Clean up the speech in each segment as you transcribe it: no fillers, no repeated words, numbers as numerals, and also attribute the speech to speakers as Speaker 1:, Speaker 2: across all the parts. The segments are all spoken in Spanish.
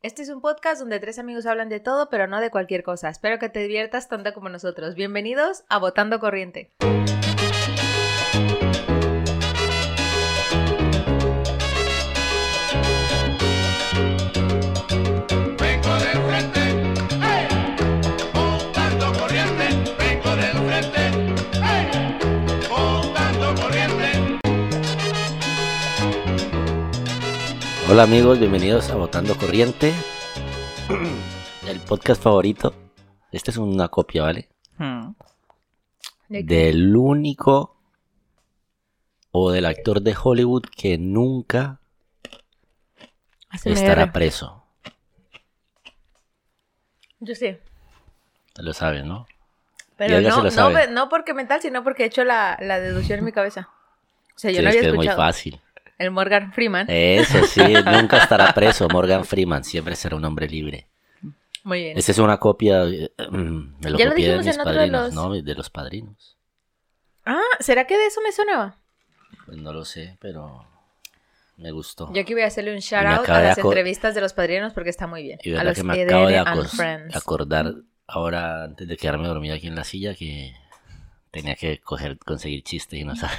Speaker 1: Este es un podcast donde tres amigos hablan de todo, pero no de cualquier cosa. Espero que te diviertas tanto como nosotros. Bienvenidos a Botando Corriente.
Speaker 2: Hola amigos, bienvenidos a Botando Corriente, el podcast favorito. Esta es una copia, ¿vale? Del único o del actor de Hollywood que nunca estará preso.
Speaker 1: Yo sí.
Speaker 2: Lo sabes, ¿no?
Speaker 1: Pero no porque mental, sino porque he hecho la deducción en mi cabeza. O sea, yo
Speaker 2: Sí,
Speaker 1: no
Speaker 2: es
Speaker 1: había
Speaker 2: que
Speaker 1: escuchado.
Speaker 2: es muy fácil.
Speaker 1: El Morgan Freeman.
Speaker 2: Eso sí, nunca estará preso. Morgan Freeman siempre será un hombre libre.
Speaker 1: Muy bien.
Speaker 2: Esta es una copia, me lo
Speaker 1: Ya lo
Speaker 2: copié de
Speaker 1: dijimos
Speaker 2: mis
Speaker 1: en otro de
Speaker 2: padrinos,
Speaker 1: los-
Speaker 2: ¿no? De los padrinos.
Speaker 1: Ah, ¿será que de eso me sonaba?
Speaker 2: Pues no lo sé, pero me gustó.
Speaker 1: Yo aquí voy a hacerle un shout
Speaker 2: me
Speaker 1: out
Speaker 2: acabo
Speaker 1: a
Speaker 2: de
Speaker 1: las
Speaker 2: acor-
Speaker 1: entrevistas de los padrinos porque está muy bien.
Speaker 2: Y
Speaker 1: A
Speaker 2: verdad
Speaker 1: los
Speaker 2: que me acabo de
Speaker 1: EDN and Friends.
Speaker 2: acordar ahora, antes de quedarme dormido aquí en la silla, que tenía que conseguir chistes y no sabía.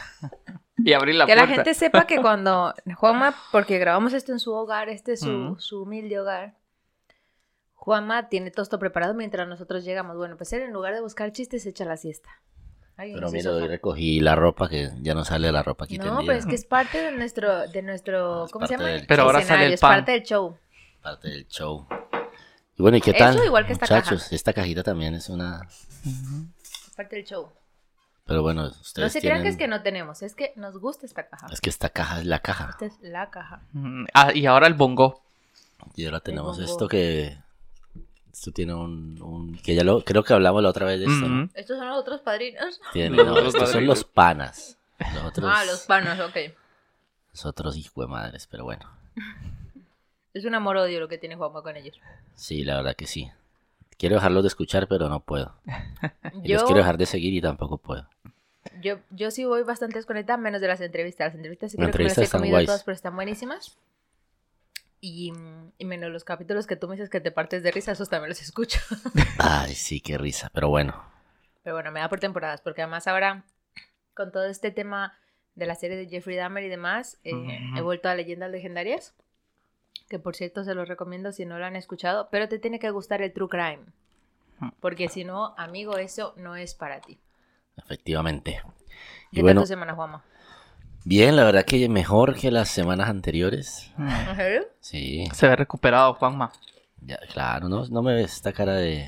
Speaker 3: Y abrir la
Speaker 1: Que
Speaker 3: puerta.
Speaker 1: la gente sepa que cuando Juanma, porque grabamos esto en su hogar, este es su humilde hogar, Juanma tiene todo esto preparado mientras nosotros llegamos. Bueno, pues él en lugar de buscar chistes se echa la siesta. Ahí en
Speaker 2: Pero
Speaker 1: su
Speaker 2: mira, hoy
Speaker 1: sofá.
Speaker 2: recogí la ropa, que ya no sale la ropa aquí
Speaker 1: No,
Speaker 2: tendida.
Speaker 1: pero es que es parte de nuestro
Speaker 2: Es
Speaker 1: ¿cómo se
Speaker 2: parte
Speaker 1: llama?
Speaker 2: del-
Speaker 3: Pero ahora sale el
Speaker 1: Es
Speaker 3: pan.
Speaker 1: parte del show.
Speaker 2: Parte del show. Y bueno, ¿y qué
Speaker 1: Eso
Speaker 2: tal?
Speaker 1: igual que esta
Speaker 2: muchachos?
Speaker 1: caja.
Speaker 2: Esta cajita también es una...
Speaker 1: Es parte del show.
Speaker 2: Pero bueno,
Speaker 1: No
Speaker 2: ustedes
Speaker 1: se crean
Speaker 2: tienen...
Speaker 1: que es que no tenemos, es que nos gusta esta caja.
Speaker 2: Es que esta caja es la caja.
Speaker 1: Esta es la caja.
Speaker 3: Y ahora el bongo.
Speaker 2: Y ahora tenemos
Speaker 1: bongo.
Speaker 2: esto que... Esto tiene un... Que ya lo... Creo que hablamos la otra vez de esto, ¿no?
Speaker 1: Estos son los otros padrinos.
Speaker 2: Tiene,
Speaker 3: Los
Speaker 2: no,
Speaker 3: otros
Speaker 2: estos son
Speaker 3: padrinos.
Speaker 2: los panas. Los otros...
Speaker 1: Ah, los panos, ok.
Speaker 2: Los otros hijos de madres, pero bueno.
Speaker 1: Es un amor-odio lo que tiene Juanma con ellos.
Speaker 2: Sí, la verdad que sí. Quiero dejarlos de escuchar, pero no puedo. Y los
Speaker 1: Yo,
Speaker 2: quiero dejar de seguir y tampoco puedo.
Speaker 1: yo sí voy bastante desconectada, menos de las entrevistas. Las entrevistas sí
Speaker 2: Las
Speaker 1: creo que me las he
Speaker 2: entrevistas están
Speaker 1: comido
Speaker 2: guays.
Speaker 1: todas, pero están buenísimas. Y menos los capítulos que tú me dices que te partes de risa, esos también los escucho.
Speaker 2: Ay, sí, qué risa. Pero bueno,
Speaker 1: Pero bueno, me da por temporadas, porque además ahora, con todo este tema de la serie de Jeffrey Dahmer y demás, he vuelto a Leyendas Legendarias, que por cierto se los recomiendo si no lo han escuchado, pero te tiene que gustar el True Crime, porque si no, amigo, eso no es para ti.
Speaker 2: efectivamente. Y
Speaker 1: ¿Qué
Speaker 2: bueno,
Speaker 1: tal tu semana, Juanma?
Speaker 2: bien, la verdad que mejor que las semanas anteriores.
Speaker 1: ¿En serio?
Speaker 2: Sí,
Speaker 3: Se ve recuperado, Juanma.
Speaker 2: ya, claro, no me ves esta cara de...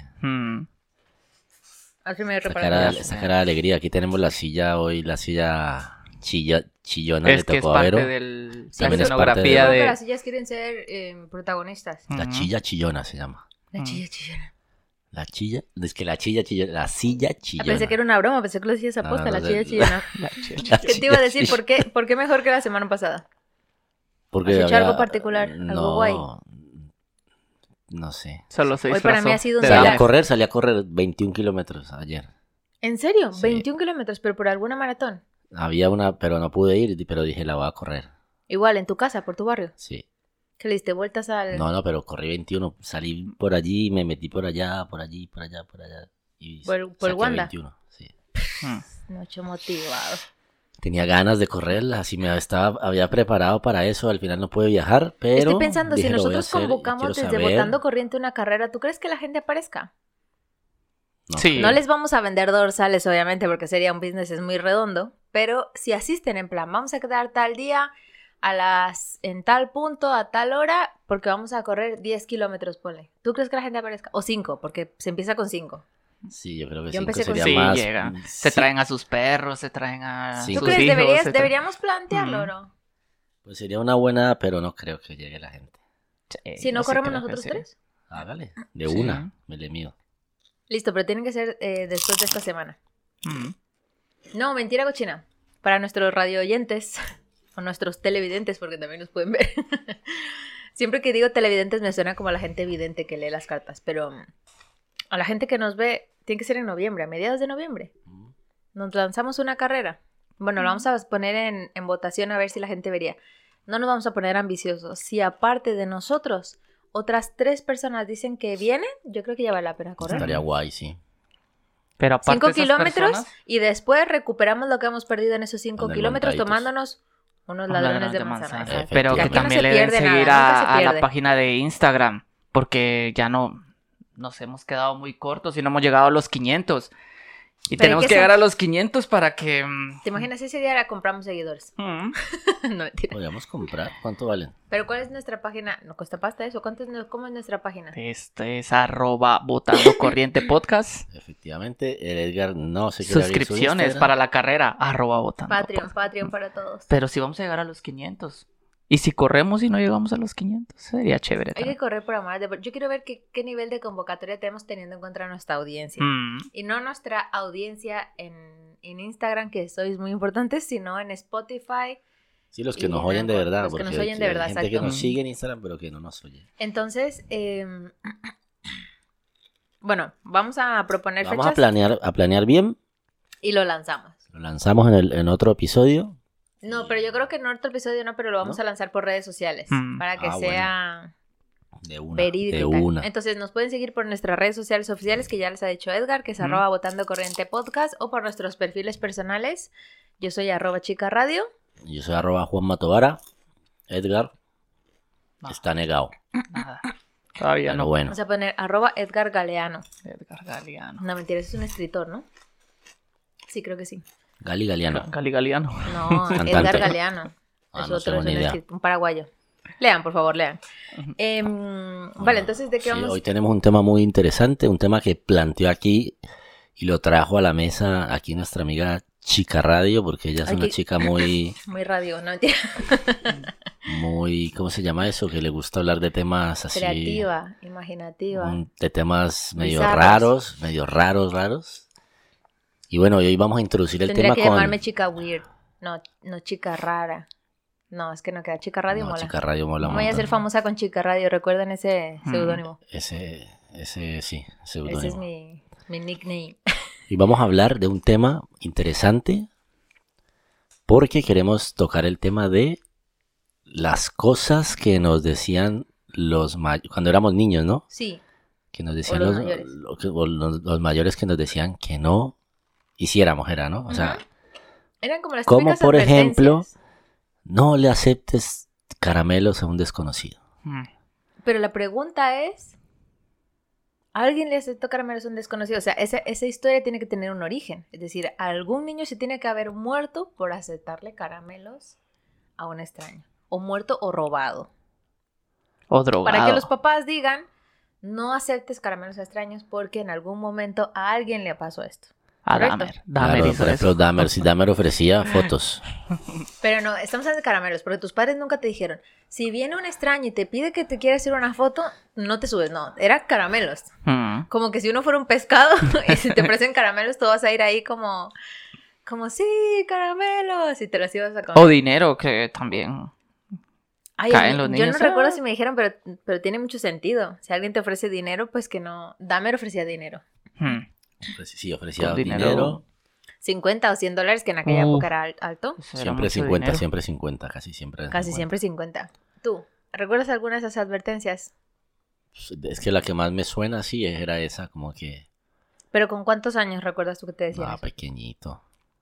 Speaker 1: Así me he
Speaker 2: Esta
Speaker 1: reparado.
Speaker 2: esta cara de alegría. Aquí tenemos la silla hoy, la silla chillona
Speaker 3: Es
Speaker 2: le
Speaker 3: que es
Speaker 2: tocó a Vero.
Speaker 3: parte de la
Speaker 2: También es parte
Speaker 3: escenografía
Speaker 1: Supongo que
Speaker 3: de...
Speaker 1: las sillas quieren ser protagonistas.
Speaker 2: La chilla chillona se llama.
Speaker 1: La chilla chillona.
Speaker 2: La chilla, es que la chilla chillona, la silla chillona.
Speaker 1: Pensé que era una broma, pensé que lo decías aposta,
Speaker 2: No,
Speaker 1: la
Speaker 2: no,
Speaker 1: chilla
Speaker 2: la-
Speaker 1: chillona.
Speaker 3: La chi-
Speaker 1: ¿Qué te iba a decir? ¿Por qué mejor que la semana pasada?
Speaker 2: Porque
Speaker 1: ¿Has hecho
Speaker 2: había-
Speaker 1: algo particular? ¿Algo
Speaker 2: No,
Speaker 1: guay?
Speaker 2: no sé.
Speaker 3: Solo se
Speaker 1: Hoy para mí
Speaker 3: disfrazó
Speaker 1: ha sido un
Speaker 3: de
Speaker 1: día-
Speaker 3: Dahmer.
Speaker 2: Salí a correr 21 kilómetros ayer.
Speaker 1: ¿En serio?
Speaker 2: Sí.
Speaker 1: 21 kilómetros, pero por alguna maratón.
Speaker 2: Había una, pero no pude ir, pero dije la voy a correr.
Speaker 1: Igual, en tu casa, por tu barrio.
Speaker 2: Sí.
Speaker 1: Que le diste vueltas al...
Speaker 2: No, pero corrí 21. Salí por allí, me metí por allá, por allí, por allá, por allá. Y
Speaker 1: ¿Por
Speaker 2: saqué
Speaker 1: Wanda?
Speaker 2: 21, sí.
Speaker 1: Noche motivado.
Speaker 2: Tenía ganas de correrla, así había preparado para eso, al final no pude viajar, pero
Speaker 1: Estoy pensando,
Speaker 2: dije,
Speaker 1: si
Speaker 2: lo voy a
Speaker 1: nosotros
Speaker 2: hacer y
Speaker 1: convocamos
Speaker 2: quiero
Speaker 1: desde
Speaker 2: saber.
Speaker 1: Botando Corriente una carrera, ¿tú crees que la gente aparezca?
Speaker 2: No,
Speaker 3: Sí.
Speaker 1: No les vamos a vender dorsales, obviamente, porque sería un business es muy redondo, pero si asisten en plan, vamos a quedar tal día, en tal punto, a tal hora, porque vamos a correr 10 kilómetros, ponle. ¿Tú crees que la gente aparezca? O 5, porque se empieza con 5.
Speaker 2: Sí, yo creo que
Speaker 1: Yo
Speaker 2: 5
Speaker 1: empecé con
Speaker 2: sería
Speaker 3: Sí,
Speaker 2: más.
Speaker 3: llega. Se
Speaker 2: Sí,
Speaker 3: traen a sus perros, se traen a
Speaker 2: Sí.
Speaker 1: ¿Tú
Speaker 3: sus
Speaker 1: crees?
Speaker 3: hijos.
Speaker 1: Deberíamos plantearlo,
Speaker 3: Ujú.
Speaker 1: ¿no?
Speaker 2: pues sería una buena, pero no creo que llegue la gente.
Speaker 3: Sí,
Speaker 1: Si no
Speaker 3: yo sí
Speaker 1: corremos
Speaker 3: creo que
Speaker 1: nosotros
Speaker 3: sí.
Speaker 1: tres.
Speaker 2: Hágale, de
Speaker 3: Sí.
Speaker 2: una, me le mío.
Speaker 1: Listo, pero tienen que ser después de esta semana.
Speaker 3: Mm.
Speaker 1: No, mentira cochina. Para nuestros radio oyentes, o nuestros televidentes, porque también nos pueden ver. Siempre que digo televidentes me suena como a la gente vidente que lee las cartas, pero a la gente que nos ve tiene que ser en noviembre, a mediados de noviembre. Nos lanzamos una carrera. Bueno, lo vamos a poner en votación a ver si la gente vería. No nos vamos a poner ambiciosos. Si aparte de nosotros, otras 3 personas dicen que vienen, yo creo que ya vale la pena correr.
Speaker 2: Estaría guay, sí.
Speaker 3: Pero aparte
Speaker 1: 5
Speaker 3: de esas
Speaker 1: kilómetros
Speaker 3: personas,
Speaker 1: y después recuperamos lo que hemos perdido en esos 5
Speaker 2: En el
Speaker 1: kilómetros
Speaker 2: montaditos.
Speaker 1: tomándonos unos ladrones de manzana.
Speaker 2: manzana.
Speaker 3: Pero que
Speaker 1: Aquí no
Speaker 3: también
Speaker 1: se
Speaker 3: le deben
Speaker 1: pierde nada,
Speaker 3: seguir
Speaker 1: nunca se
Speaker 3: a la
Speaker 1: pierde.
Speaker 3: página de Instagram, porque ya no nos hemos quedado muy cortos y no hemos llegado a los 500. Y
Speaker 1: Pero
Speaker 3: tenemos
Speaker 1: hay
Speaker 3: que
Speaker 1: que
Speaker 3: llegar a los 500 para que...
Speaker 1: ¿Te imaginas ese día la compramos seguidores?
Speaker 3: mm,
Speaker 1: No, mentira.
Speaker 2: Podríamos comprar. ¿Cuánto valen?
Speaker 1: Pero ¿cuál es nuestra página? ¿No cuesta pasta eso? ¿Cómo es nuestra página?
Speaker 3: Este es @Botando Corriente Podcast.
Speaker 2: Efectivamente, el Edgar no se quiere abrir su
Speaker 3: Suscripciones
Speaker 2: Instagram.
Speaker 3: para la carrera, @Botando
Speaker 1: Patreon,
Speaker 3: Podcast.
Speaker 1: Patreon para todos.
Speaker 3: Pero si vamos a llegar a los 500. Y si corremos y no llegamos a los 500, sería chévere.
Speaker 1: Hay que
Speaker 3: también.
Speaker 1: correr por amar. Yo quiero ver qué nivel de convocatoria tenemos teniendo en cuenta nuestra audiencia.
Speaker 3: Mm,
Speaker 1: Y no nuestra audiencia en Instagram, que sois muy importantes, sino en Spotify.
Speaker 2: Sí, los que
Speaker 1: Y
Speaker 2: nos
Speaker 1: en
Speaker 2: oyen de
Speaker 1: Anchor,
Speaker 2: verdad.
Speaker 1: los que
Speaker 2: Porque
Speaker 1: nos oyen de verdad,
Speaker 2: hay gente que
Speaker 1: exacto.
Speaker 2: nos sigue en Instagram, pero que no nos oye.
Speaker 1: Entonces, bueno, vamos a proponer
Speaker 2: Vamos
Speaker 1: fechas
Speaker 2: a planear bien.
Speaker 1: y lo lanzamos.
Speaker 2: Lo lanzamos en otro episodio.
Speaker 1: No, pero yo creo que en otro episodio no, pero lo vamos
Speaker 2: ¿No?
Speaker 1: a lanzar por redes sociales
Speaker 3: Mm.
Speaker 1: para que
Speaker 2: Ah,
Speaker 1: sea
Speaker 2: De una.
Speaker 1: verídico.
Speaker 2: De
Speaker 1: y tal.
Speaker 2: una.
Speaker 1: Entonces nos pueden seguir por nuestras redes sociales oficiales, que ya les ha dicho Edgar, que es
Speaker 3: Mm.
Speaker 1: @Botando Corriente Podcast, o por nuestros perfiles personales. Yo soy @Chica Radio.
Speaker 2: Yo soy @Juan Matovara. Edgar
Speaker 3: No.
Speaker 2: está negado.
Speaker 3: nada. Todavía
Speaker 2: Pero
Speaker 3: no.
Speaker 2: bueno.
Speaker 1: Vamos a poner @Edgar Galeano.
Speaker 3: Edgar Galeano.
Speaker 1: No, mentira, ese es un escritor, ¿no? Sí, creo que sí.
Speaker 2: Gali Galeano.
Speaker 3: Gali Galeano.
Speaker 1: No,
Speaker 2: Cantante.
Speaker 1: Edgar Galeano.
Speaker 2: Ah,
Speaker 1: Es
Speaker 2: no
Speaker 1: otro,
Speaker 2: tengo
Speaker 1: es
Speaker 2: ni idea.
Speaker 1: un paraguayo. Lean, por favor, lean.
Speaker 3: Ujú.
Speaker 1: Vale, entonces, ¿de qué
Speaker 2: Sí,
Speaker 1: vamos?
Speaker 2: hoy tenemos un tema muy interesante, un tema que planteó aquí y lo trajo a la mesa aquí nuestra amiga Chica Radio, porque ella es una
Speaker 1: Aquí-
Speaker 2: chica muy,
Speaker 1: Muy radio, no mentira.
Speaker 2: muy, ¿cómo se llama eso? Que le gusta hablar de temas así,
Speaker 1: Creativa, imaginativa.
Speaker 2: de temas medio
Speaker 1: Bizarros.
Speaker 2: raros. Y bueno, hoy vamos a introducir el
Speaker 1: Tendría
Speaker 2: tema
Speaker 1: que
Speaker 2: con...
Speaker 1: llamarme chica weird. No, chica rara. No, es que no queda. Chica radio
Speaker 2: No,
Speaker 1: mola.
Speaker 2: Chica Radio mola un
Speaker 1: Voy a ser
Speaker 2: montón.
Speaker 1: famosa con Chica Radio. Recuerden ese seudónimo.
Speaker 2: Ese sí,
Speaker 1: Ese es
Speaker 2: seudónimo.
Speaker 1: mi nickname.
Speaker 2: Y vamos a hablar de un tema interesante porque queremos tocar el tema de las cosas que nos decían cuando éramos niños, ¿no?
Speaker 1: Sí.
Speaker 2: Que nos decían
Speaker 1: los
Speaker 2: los,
Speaker 1: mayores.
Speaker 2: los mayores que nos decían que no hiciéramos, era, ¿no? O sea,
Speaker 1: Eran como las
Speaker 2: como
Speaker 1: típicas
Speaker 2: por ejemplo,
Speaker 1: advertencias.
Speaker 2: no le aceptes caramelos a un desconocido.
Speaker 3: Mm.
Speaker 1: Pero la pregunta es, ¿a alguien le aceptó caramelos a un desconocido? O sea, esa historia tiene que tener un origen. Es decir, algún niño se tiene que haber muerto por aceptarle caramelos a un extraño. O muerto o robado.
Speaker 3: O drogado.
Speaker 1: Para que los papás digan, no aceptes caramelos a extraños porque en algún momento a alguien le pasó esto.
Speaker 3: A
Speaker 1: Correcto.
Speaker 3: Dahmer. Dahmer
Speaker 2: Claro,
Speaker 3: hizo
Speaker 2: por ejemplo,
Speaker 3: eso.
Speaker 2: Dahmer, si Dahmer ofrecía fotos.
Speaker 1: Pero no, estamos hablando de caramelos, porque tus padres nunca te dijeron, si viene un extraño y te pide que te quiera hacer una foto, no te subes, no, era caramelos.
Speaker 3: Mm.
Speaker 1: Como que si uno fuera un pescado y si te ofrecen caramelos, tú vas a ir ahí como sí, caramelos, y te los ibas a comer.
Speaker 3: O dinero, que también.
Speaker 1: Ay,
Speaker 3: caen los
Speaker 1: yo
Speaker 3: niños,
Speaker 1: no recuerdo
Speaker 3: ah.
Speaker 1: si me dijeron, pero tiene mucho sentido. Si alguien te ofrece dinero, pues que no. Dahmer ofrecía dinero.
Speaker 3: Mm.
Speaker 2: Sí, ofrecía
Speaker 3: Con
Speaker 2: dinero.
Speaker 1: 50 o 100 dólares, que en aquella época era alto.
Speaker 3: Eso era
Speaker 2: Siempre
Speaker 3: mucho
Speaker 2: 50,
Speaker 3: dinero.
Speaker 2: siempre 50, casi siempre.
Speaker 1: Casi
Speaker 2: 50.
Speaker 1: siempre 50. ¿Tú recuerdas alguna de esas advertencias?
Speaker 2: Es que la que más me suena así era esa, como que...
Speaker 1: ¿Pero con cuántos años recuerdas tú que te decían eso?
Speaker 2: pequeñito.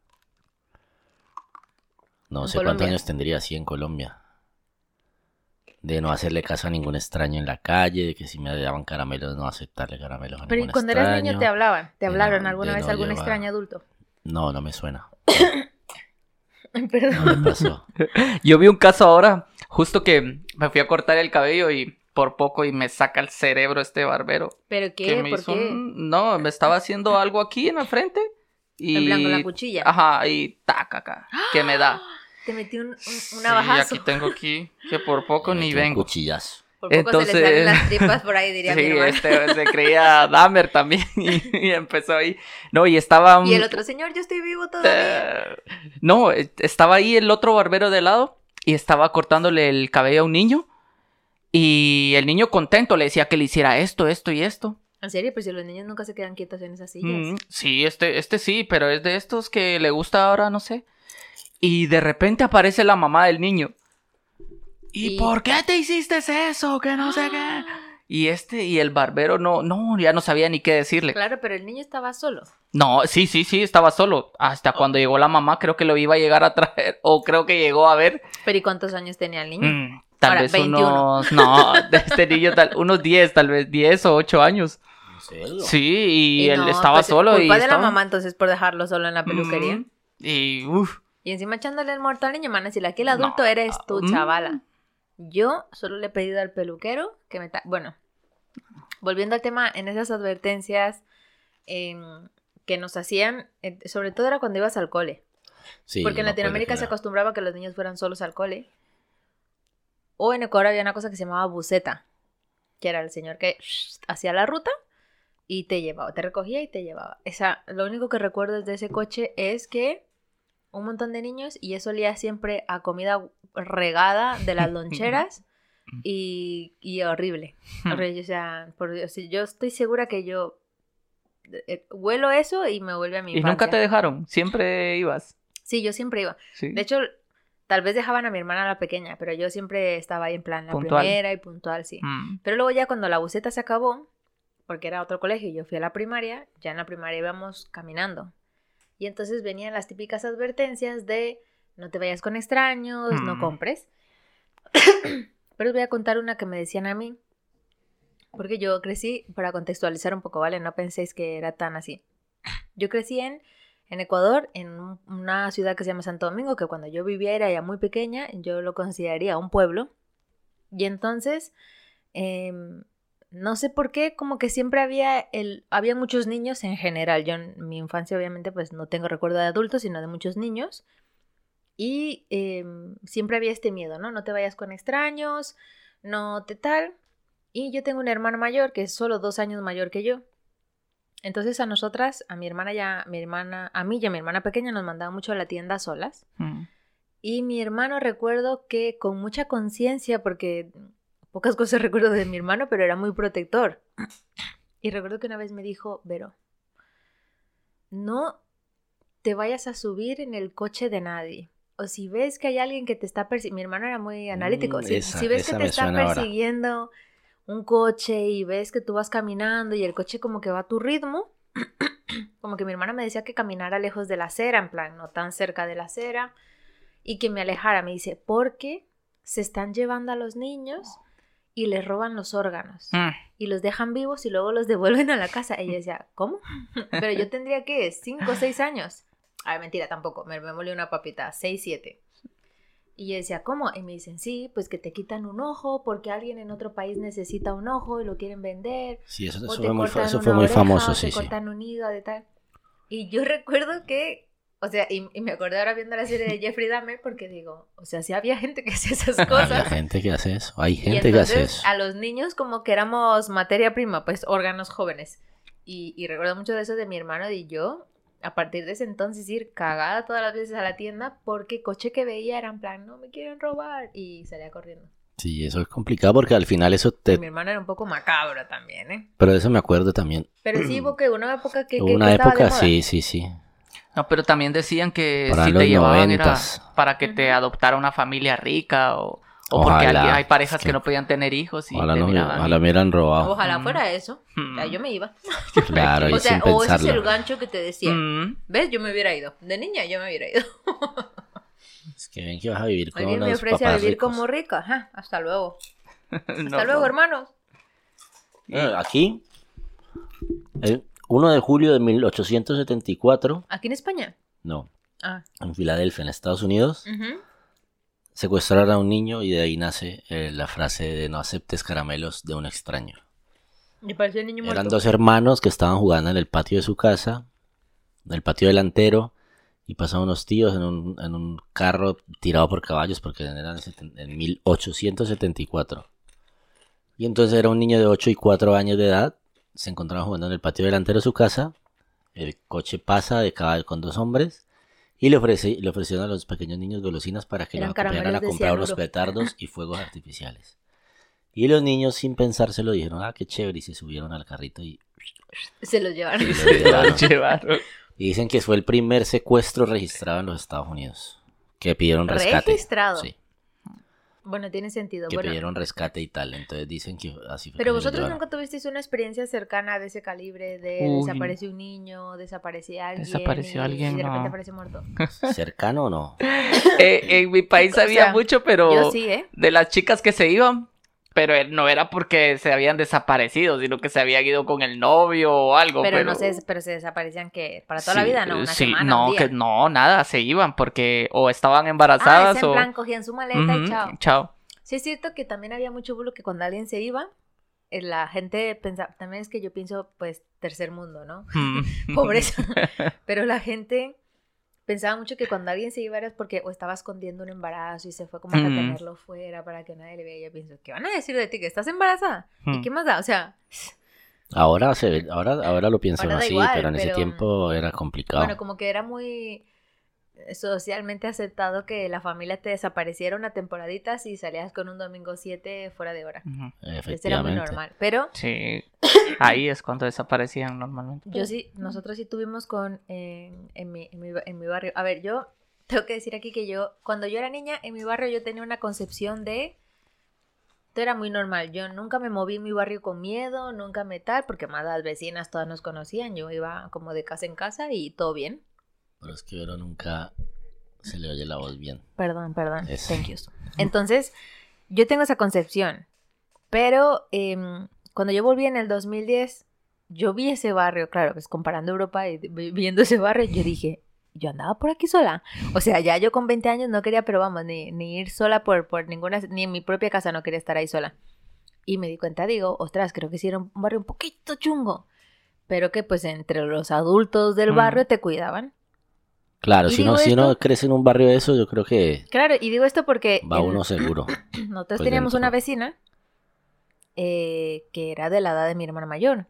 Speaker 2: No
Speaker 1: ¿En
Speaker 2: sé cuántos
Speaker 1: Colombia?
Speaker 2: años tendría así en Colombia. De no hacerle caso a ningún extraño en la calle, de que si me daban caramelos, no aceptarle caramelos a
Speaker 1: Pero ¿y
Speaker 2: ningún
Speaker 1: cuando eras
Speaker 2: extraño.
Speaker 1: niño te hablaban? ¿Te
Speaker 2: de
Speaker 1: hablaron
Speaker 2: no-
Speaker 1: alguna
Speaker 2: de
Speaker 1: vez
Speaker 2: no
Speaker 1: algún
Speaker 2: llevar-
Speaker 1: extraño adulto?
Speaker 2: No, no me suena.
Speaker 1: Perdón.
Speaker 2: No me pasó.
Speaker 3: Yo vi un caso ahora, justo que me fui a cortar el cabello y por poco y me saca el cerebro este barbero.
Speaker 1: ¿Pero
Speaker 3: Que
Speaker 1: qué?
Speaker 3: me
Speaker 1: ¿Por
Speaker 3: hizo
Speaker 1: qué?
Speaker 3: No, me estaba haciendo algo aquí en la frente. Y...
Speaker 1: En blanco, la cuchilla.
Speaker 3: Ajá, y taca acá, que me da.
Speaker 1: Te metí un
Speaker 3: Sí,
Speaker 1: navajazo.
Speaker 3: aquí tengo aquí, que por poco
Speaker 2: Me
Speaker 3: ni
Speaker 2: metió un
Speaker 3: vengo.
Speaker 2: cuchillazo.
Speaker 1: Por poco se le
Speaker 3: Entonces-
Speaker 1: salen las tripas por ahí, diría mi
Speaker 3: Sí,
Speaker 1: hermano.
Speaker 3: este se creía Dahmer también y empezó ahí. No, y estaba...
Speaker 1: Y el otro, señor, yo estoy vivo todavía.
Speaker 3: No, estaba ahí el otro barbero de lado y estaba cortándole el cabello a un niño. Y el niño contento le decía que le hiciera esto, esto y esto.
Speaker 1: En serio, pues si los niños nunca se quedan quietos en esas sillas.
Speaker 3: Sí, este sí, pero es de estos que le gusta ahora, no sé. Y de repente aparece la mamá del niño. ¿Y
Speaker 1: Y-
Speaker 3: por qué te hiciste eso? Que no sé qué. Y el barbero ya no sabía ni qué decirle.
Speaker 1: Claro, pero el niño estaba solo.
Speaker 3: No, sí, estaba solo. Hasta cuando llegó la mamá, creo que lo iba a llegar a traer, o creo que llegó a ver.
Speaker 1: ¿Pero y cuántos años tenía el niño?
Speaker 3: Tal
Speaker 1: Ahora,
Speaker 3: vez
Speaker 1: 21.
Speaker 3: de este niño, unos 10, tal vez 10 o 8 años.
Speaker 2: ¿En serio?
Speaker 3: Sí, y él
Speaker 1: no,
Speaker 3: estaba
Speaker 1: pues,
Speaker 3: solo.
Speaker 1: Culpa
Speaker 3: y
Speaker 1: de la
Speaker 3: estaba...
Speaker 1: mamá entonces por dejarlo solo en la peluquería.
Speaker 3: Y uff.
Speaker 1: Y encima echándole el muerto al niño, man, decirle, aquí el adulto
Speaker 3: No.
Speaker 1: eres tú, chavala. Yo solo le he pedido al peluquero que me... Bueno, volviendo al tema, en esas advertencias que nos hacían, sobre todo era cuando ibas al cole.
Speaker 2: Sí,
Speaker 1: Porque en
Speaker 2: me acuerdo
Speaker 1: Latinoamérica
Speaker 2: que
Speaker 1: se
Speaker 2: era.
Speaker 1: acostumbraba a que los niños fueran solos al cole. O en Ecuador había una cosa que se llamaba buceta, que era el señor que hacía la ruta y te llevaba, te recogía y te llevaba. Lo único que recuerdo de ese coche es que un montón de niños y eso olía siempre a comida regada de las loncheras y horrible. Horrible. O sea, por Dios, yo estoy segura que yo huelo eso y me vuelve a mi
Speaker 3: ¿Y
Speaker 1: infancia.
Speaker 3: nunca te dejaron? ¿Siempre ibas?
Speaker 1: Sí, yo siempre iba.
Speaker 3: Sí.
Speaker 1: De hecho, tal vez dejaban a mi hermana la pequeña, pero yo siempre estaba ahí en plan la
Speaker 3: Puntual.
Speaker 1: primera y puntual, sí. Pero luego ya cuando la buceta se acabó, porque era otro colegio y yo fui a la primaria, ya en la primaria íbamos caminando. Y entonces venían las típicas advertencias de no te vayas con extraños, no compres. Pero os voy a contar una que me decían a mí, porque yo crecí, para contextualizar un poco, ¿vale? No penséis que era tan así. Yo crecí en Ecuador, en una ciudad que se llama Santo Domingo, que cuando yo vivía era ya muy pequeña, yo lo consideraría un pueblo. Y entonces, no sé por qué, como que siempre había muchos niños en general. Yo en mi infancia obviamente pues no tengo recuerdo de adultos, sino de muchos niños. Y siempre había este miedo, ¿no? No te vayas con extraños, no te tal. Y yo tengo un hermano mayor que es solo 2 años mayor que yo. Entonces a nosotras, a mí y a mi hermana pequeña nos mandaban mucho a la tienda solas. Y mi hermano recuerdo que con mucha conciencia, porque pocas cosas recuerdo de mi hermano, pero era muy protector. Y recuerdo que una vez me dijo, Vero, no te vayas a subir en el coche de nadie. O si ves que hay alguien que te está persiguiendo, mi hermano era muy analítico, si ves que te está persiguiendo un coche y ves que tú vas caminando y el coche como que va a tu ritmo, como que mi hermana me decía que caminara lejos de la acera, en plan, no tan cerca de la acera, y que me alejara. Me dice, porque se están llevando a los niños y les roban los órganos y los dejan vivos y luego los devuelven a la casa. Y ella decía, ¿cómo? Pero yo tendría, ¿qué? 5 o 6 años. Ay, mentira, tampoco, me molió una papita, 6, 7. Y yo decía, ¿cómo? Y me dicen, sí, pues que te quitan un ojo porque alguien en otro país necesita un ojo y lo quieren vender.
Speaker 2: Sí, eso
Speaker 1: o
Speaker 2: fue muy famoso, sí,
Speaker 1: te cortan un hígado de tal. Y yo recuerdo que, o sea, y me acordé ahora viendo la serie de Jeffrey Dahmer porque digo, o sea, sí había gente que hacía esas cosas.
Speaker 2: Había gente que hace eso, hay gente
Speaker 1: y
Speaker 2: que
Speaker 1: entonces,
Speaker 2: hace eso.
Speaker 1: a los niños como que éramos materia prima, pues órganos jóvenes. Y recuerdo mucho de eso de mi hermano y yo. A partir de ese entonces ir cagada todas las veces a la tienda porque coche que veía era en plan, no me quieren robar y salía corriendo.
Speaker 2: Sí, eso es complicado porque al final eso te...
Speaker 1: Mi hermano era un poco macabro también, ¿eh?
Speaker 2: Pero de eso me acuerdo también.
Speaker 1: Pero sí hubo que una época que
Speaker 2: Una
Speaker 1: estaba de
Speaker 2: época,
Speaker 1: moda.
Speaker 2: sí.
Speaker 3: No, pero también decían que
Speaker 2: Para
Speaker 3: si
Speaker 2: los
Speaker 3: te llevaban
Speaker 2: 90s.
Speaker 3: era para que te adoptara una familia rica o porque
Speaker 2: Ojalá.
Speaker 3: hay parejas
Speaker 2: Es que-
Speaker 3: que no podían tener hijos y
Speaker 2: Ojalá,
Speaker 3: te
Speaker 2: no,
Speaker 3: miraban.
Speaker 2: ojalá me hubieran robado.
Speaker 1: Ojalá fuera eso.
Speaker 3: Mm.
Speaker 1: O sea, yo me iba.
Speaker 2: Claro, y
Speaker 1: O sea,
Speaker 2: sin
Speaker 1: o ese es el
Speaker 2: pensarlo.
Speaker 1: gancho que te decía. ¿Ves? Yo me hubiera ido. De niña yo me hubiera ido.
Speaker 2: Es que ven que vas a vivir con
Speaker 1: Alguien me
Speaker 2: unos
Speaker 1: ofrece a
Speaker 2: papás
Speaker 1: vivir
Speaker 2: ricos.
Speaker 1: como rica. Ajá, hasta luego.
Speaker 3: No,
Speaker 1: Hasta luego,
Speaker 3: no.
Speaker 1: hermanos.
Speaker 2: Aquí, el 1 de julio de 1874,
Speaker 1: ¿Aquí en España?
Speaker 2: no,
Speaker 1: Ah.
Speaker 2: en Filadelfia, en Estados Unidos,
Speaker 1: Ujú.
Speaker 2: secuestraron a un niño y de ahí nace la frase de no aceptes caramelos de un extraño.
Speaker 1: Me pareció el niño muerto.
Speaker 2: Eran 2 hermanos que estaban jugando en el patio de su casa, en el patio delantero, y pasaron unos tíos en un carro tirado por caballos porque eran en 1874. Y entonces era un niño de 8 y 4 años de edad, se encontraban jugando en el patio delantero de su casa, el coche pasa de caballo con 2 hombres y le ofrecieron a los pequeños niños golosinas para que
Speaker 1: Eran
Speaker 2: los acompañaran a
Speaker 1: caramelos de
Speaker 2: comprar unos
Speaker 1: cianuro.
Speaker 2: petardos y fuegos artificiales. Y los niños sin pensárselo dijeron, qué chévere, y se subieron al carrito y
Speaker 1: Se los llevaron.
Speaker 2: y lo
Speaker 3: Se
Speaker 2: llevaron.
Speaker 3: lo llevaron.
Speaker 2: Y dicen que fue el primer secuestro registrado en los Estados Unidos. Que pidieron rescate.
Speaker 1: Registrado.
Speaker 2: Sí.
Speaker 1: Bueno, tiene sentido.
Speaker 2: que
Speaker 1: Bueno,
Speaker 2: pidieron rescate y tal. Entonces dicen que así fue.
Speaker 1: pero
Speaker 2: que se lo
Speaker 1: vosotros
Speaker 2: llevaron.
Speaker 1: nunca tuvisteis una experiencia cercana de ese calibre de
Speaker 3: Uy.
Speaker 1: desapareció un niño, desapareció alguien
Speaker 3: Desapareció
Speaker 1: y
Speaker 3: alguien,
Speaker 1: de repente
Speaker 3: no.
Speaker 1: apareció muerto.
Speaker 2: ¿Cercano o no?
Speaker 3: En mi país
Speaker 1: O
Speaker 3: había
Speaker 1: sea,
Speaker 3: mucho, pero
Speaker 1: yo sí, ¿eh?
Speaker 3: de las chicas que se iban, pero no era porque se habían desaparecido, sino que se habían ido con el novio o algo.
Speaker 1: Pero no sé, pero se desaparecían que para toda la
Speaker 3: Sí,
Speaker 1: vida, no, una
Speaker 3: sí,
Speaker 1: semana,
Speaker 3: no,
Speaker 1: un día.
Speaker 3: que no, nada, se iban porque o estaban
Speaker 1: Ah,
Speaker 3: embarazadas
Speaker 1: es en
Speaker 3: o...
Speaker 1: plan, cogían su maleta y
Speaker 3: Ujú,
Speaker 1: chao.
Speaker 3: chao.
Speaker 1: Sí es cierto que también había mucho bulo que cuando alguien se iba, la gente pensaba, también es que yo pienso, pues, tercer mundo, ¿no?
Speaker 3: Mm.
Speaker 1: Pobreza. Pero la gente pensaba mucho que cuando alguien se iba era porque o estaba escondiendo un embarazo y se fue como a tenerlo fuera para que nadie le vea. Y yo pienso, ¿qué van a decir de ti? ¿Que estás embarazada? ¿Y qué más da? O sea,
Speaker 2: Ahora ahora lo piensan
Speaker 1: Ahora da
Speaker 2: así,
Speaker 1: igual,
Speaker 2: pero en ese
Speaker 1: pero,
Speaker 2: tiempo era complicado.
Speaker 1: bueno, como que era muy socialmente aceptado que la familia te desapareciera una temporadita si salías con un domingo 7 fuera de hora.
Speaker 3: Ujú.
Speaker 1: Eso era muy
Speaker 2: Efectivamente.
Speaker 1: normal. Pero
Speaker 3: Sí, ahí es cuando desaparecían normalmente.
Speaker 1: yo sí, nosotros sí tuvimos en mi barrio. A ver, yo tengo que decir aquí que cuando yo era niña, en mi barrio yo tenía una concepción de... Todo era muy normal. Yo nunca me moví en mi barrio con miedo, nunca me tal, porque más las vecinas todas nos conocían. Yo iba como de casa en casa y todo bien.
Speaker 2: Pero es que Vero nunca se le oye la voz bien.
Speaker 1: Perdón.
Speaker 2: Eso.
Speaker 1: Thank you. Entonces, yo tengo esa concepción. Pero cuando yo volví en el 2010, yo vi ese barrio, claro, pues comparando Europa y viendo ese barrio, yo dije, yo andaba por aquí sola. O sea, ya yo con 20 años no quería, pero vamos, ni ir sola por ninguna, ni en mi propia casa no quería estar ahí sola. Y me di cuenta, digo, ostras, creo que sí era un barrio un poquito chungo. Pero que pues entre los adultos del barrio te cuidaban.
Speaker 2: Claro,
Speaker 1: Y
Speaker 2: si
Speaker 1: digo
Speaker 2: uno
Speaker 1: esto-
Speaker 2: crece en un barrio de eso, yo creo que
Speaker 1: Claro, y digo esto porque
Speaker 2: va uno seguro.
Speaker 1: nosotros
Speaker 2: pues,
Speaker 1: teníamos
Speaker 2: dentro.
Speaker 1: una vecina que era de la edad de mi hermana mayor.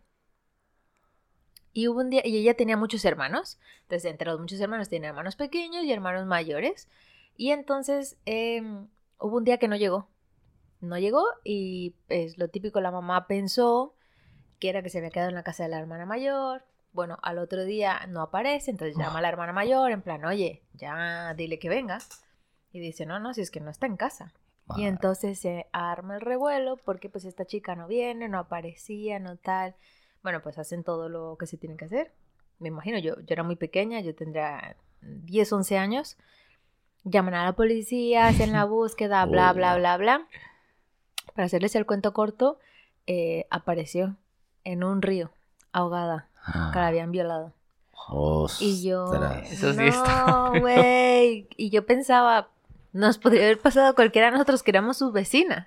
Speaker 1: Y hubo un día, y ella tenía muchos hermanos. Entonces, entre los muchos hermanos, tenía hermanos pequeños y hermanos mayores. Y entonces, hubo un día que no llegó. No llegó y es lo típico, la mamá pensó que era que se había quedado en la casa de la hermana mayor. Bueno, al otro día no aparece, entonces llama a la hermana mayor en plan, oye, ya dile que venga. Y dice, no, si es que no está en casa. Y entonces se arma el revuelo porque pues esta chica no viene, no aparecía, no tal. Bueno, pues hacen todo lo que se tiene que hacer. Me imagino, yo era muy pequeña, yo tendría 10, 11 años. Llaman a la policía, hacen la búsqueda, bla, bla, bla, bla. Para hacerles el cuento corto, apareció en un río, ahogada, que la habían violado. Y yo,
Speaker 2: Ostras.
Speaker 3: Eso sí
Speaker 1: no,
Speaker 3: está.
Speaker 1: güey. Y yo pensaba, nos podría haber pasado a cualquiera de nosotros que éramos sus vecinas.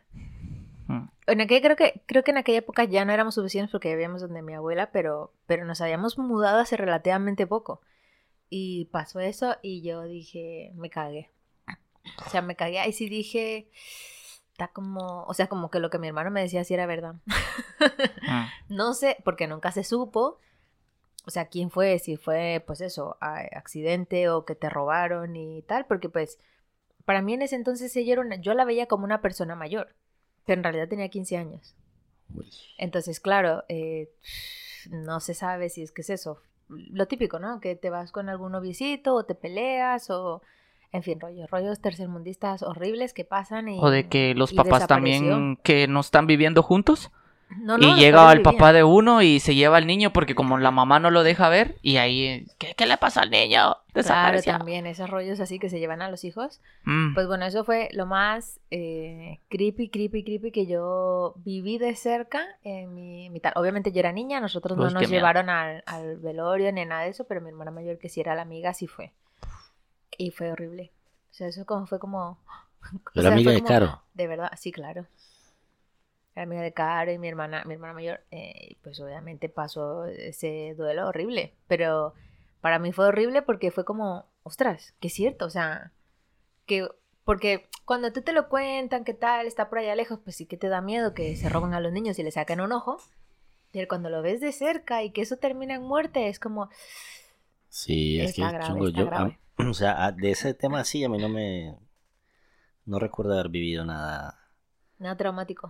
Speaker 1: Creo que en aquella época ya no éramos sus vecinos porque vivíamos donde mi abuela, pero nos habíamos mudado hace relativamente poco. Y pasó eso y yo dije, me cagué. O sea, me cagué. Ahí sí dije, está como, o sea, como que lo que mi hermano me decía sí era verdad. No sé, porque nunca se supo. O sea, quién fue, si fue, pues eso, accidente o que te robaron y tal, porque pues, para mí en ese entonces yo la veía como una persona mayor, pero en realidad tenía 15 años.
Speaker 2: Uy.
Speaker 1: Entonces, claro, no se sabe si es que es eso. Lo típico, ¿no? Que te vas con algún noviecito o te peleas o... En fin, rollos tercermundistas horribles que pasan y...
Speaker 3: O de que los
Speaker 1: y
Speaker 3: papás
Speaker 1: desapareció.
Speaker 3: también que no están viviendo juntos.
Speaker 1: No,
Speaker 3: Y
Speaker 1: los
Speaker 3: llega
Speaker 1: padres
Speaker 3: el papá
Speaker 1: vivían.
Speaker 3: de uno y se lleva al niño porque como la mamá no lo deja ver. Y ahí, ¿qué le pasa al niño?
Speaker 1: Claro,
Speaker 3: Desapareció.
Speaker 1: también esos rollos así que se llevan a los hijos.
Speaker 3: Mm.
Speaker 1: Pues bueno, eso fue lo más creepy que yo viví de cerca en mi tal. Obviamente yo era niña, nosotros no
Speaker 3: Pues,
Speaker 1: nos
Speaker 3: qué miedo.
Speaker 1: llevaron al velorio ni nada de eso, pero mi hermana mayor, que sí era la amiga, sí fue. Y fue horrible. O sea, eso fue como... o
Speaker 2: Era
Speaker 1: sea,
Speaker 2: amiga
Speaker 1: fue
Speaker 2: de
Speaker 1: como-
Speaker 2: Caro.
Speaker 1: De verdad, sí, claro. Era amiga de Caro y mi hermana mayor, pues obviamente pasó ese duelo horrible. Pero para mí fue horrible porque fue como, ostras, que es cierto, o sea, porque cuando tú te lo cuentan, qué tal, está por allá lejos, pues sí que te da miedo que se roben a los niños y le saquen un ojo. Pero cuando lo ves de cerca y que eso termina en muerte, es como,
Speaker 2: Sí, es
Speaker 1: está
Speaker 2: que
Speaker 1: grave,
Speaker 2: chungo,
Speaker 1: está grave.
Speaker 2: o sea, de ese tema sí, a mí no recuerdo haber vivido nada.
Speaker 1: nada traumático.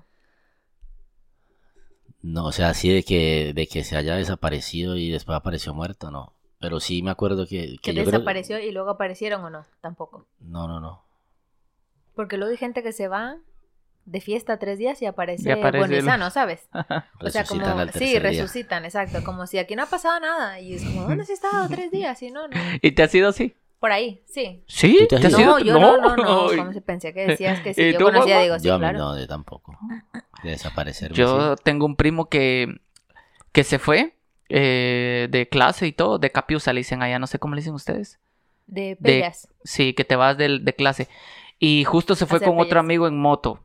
Speaker 2: No, o sea, así de que se haya desaparecido y después apareció muerto, no. Pero sí me acuerdo que
Speaker 1: Que
Speaker 2: yo creo...
Speaker 1: desapareció y luego aparecieron o no, tampoco.
Speaker 2: No.
Speaker 1: Porque luego hay gente que se va de fiesta 3 días y aparece,
Speaker 3: Y aparece
Speaker 1: bueno y
Speaker 3: el-
Speaker 1: sano, ¿sabes? O sea,
Speaker 2: Resucitan
Speaker 1: como,
Speaker 2: al
Speaker 1: sí,
Speaker 2: tercer día.
Speaker 1: resucitan, exacto, como si aquí no ha pasado nada. Y es como, ¿dónde has estado 3 días? Y no.
Speaker 3: ¿Y te has ido así?
Speaker 1: Por ahí, sí.
Speaker 3: ¿Sí?
Speaker 2: ¿Tú te has
Speaker 3: has
Speaker 2: ido?
Speaker 3: ido?
Speaker 1: No, yo no.
Speaker 3: Ay.
Speaker 1: ¿Cómo se pensé que decías que si
Speaker 3: ¿Y
Speaker 1: yo
Speaker 3: tú,
Speaker 1: conocía?
Speaker 3: Juanma?
Speaker 1: Digo, sí,
Speaker 2: Yo a mí
Speaker 1: claro.
Speaker 2: no, de tampoco. De desaparecerme.
Speaker 3: Yo
Speaker 2: sí.
Speaker 3: tengo un primo que se fue de clase y todo, de Capiusa le dicen allá, no sé cómo le dicen ustedes.
Speaker 1: De
Speaker 3: De,
Speaker 1: pellas.
Speaker 3: sí, que te vas de clase. Y justo se fue
Speaker 1: Hacer
Speaker 3: con otro
Speaker 1: pellas.
Speaker 3: amigo en moto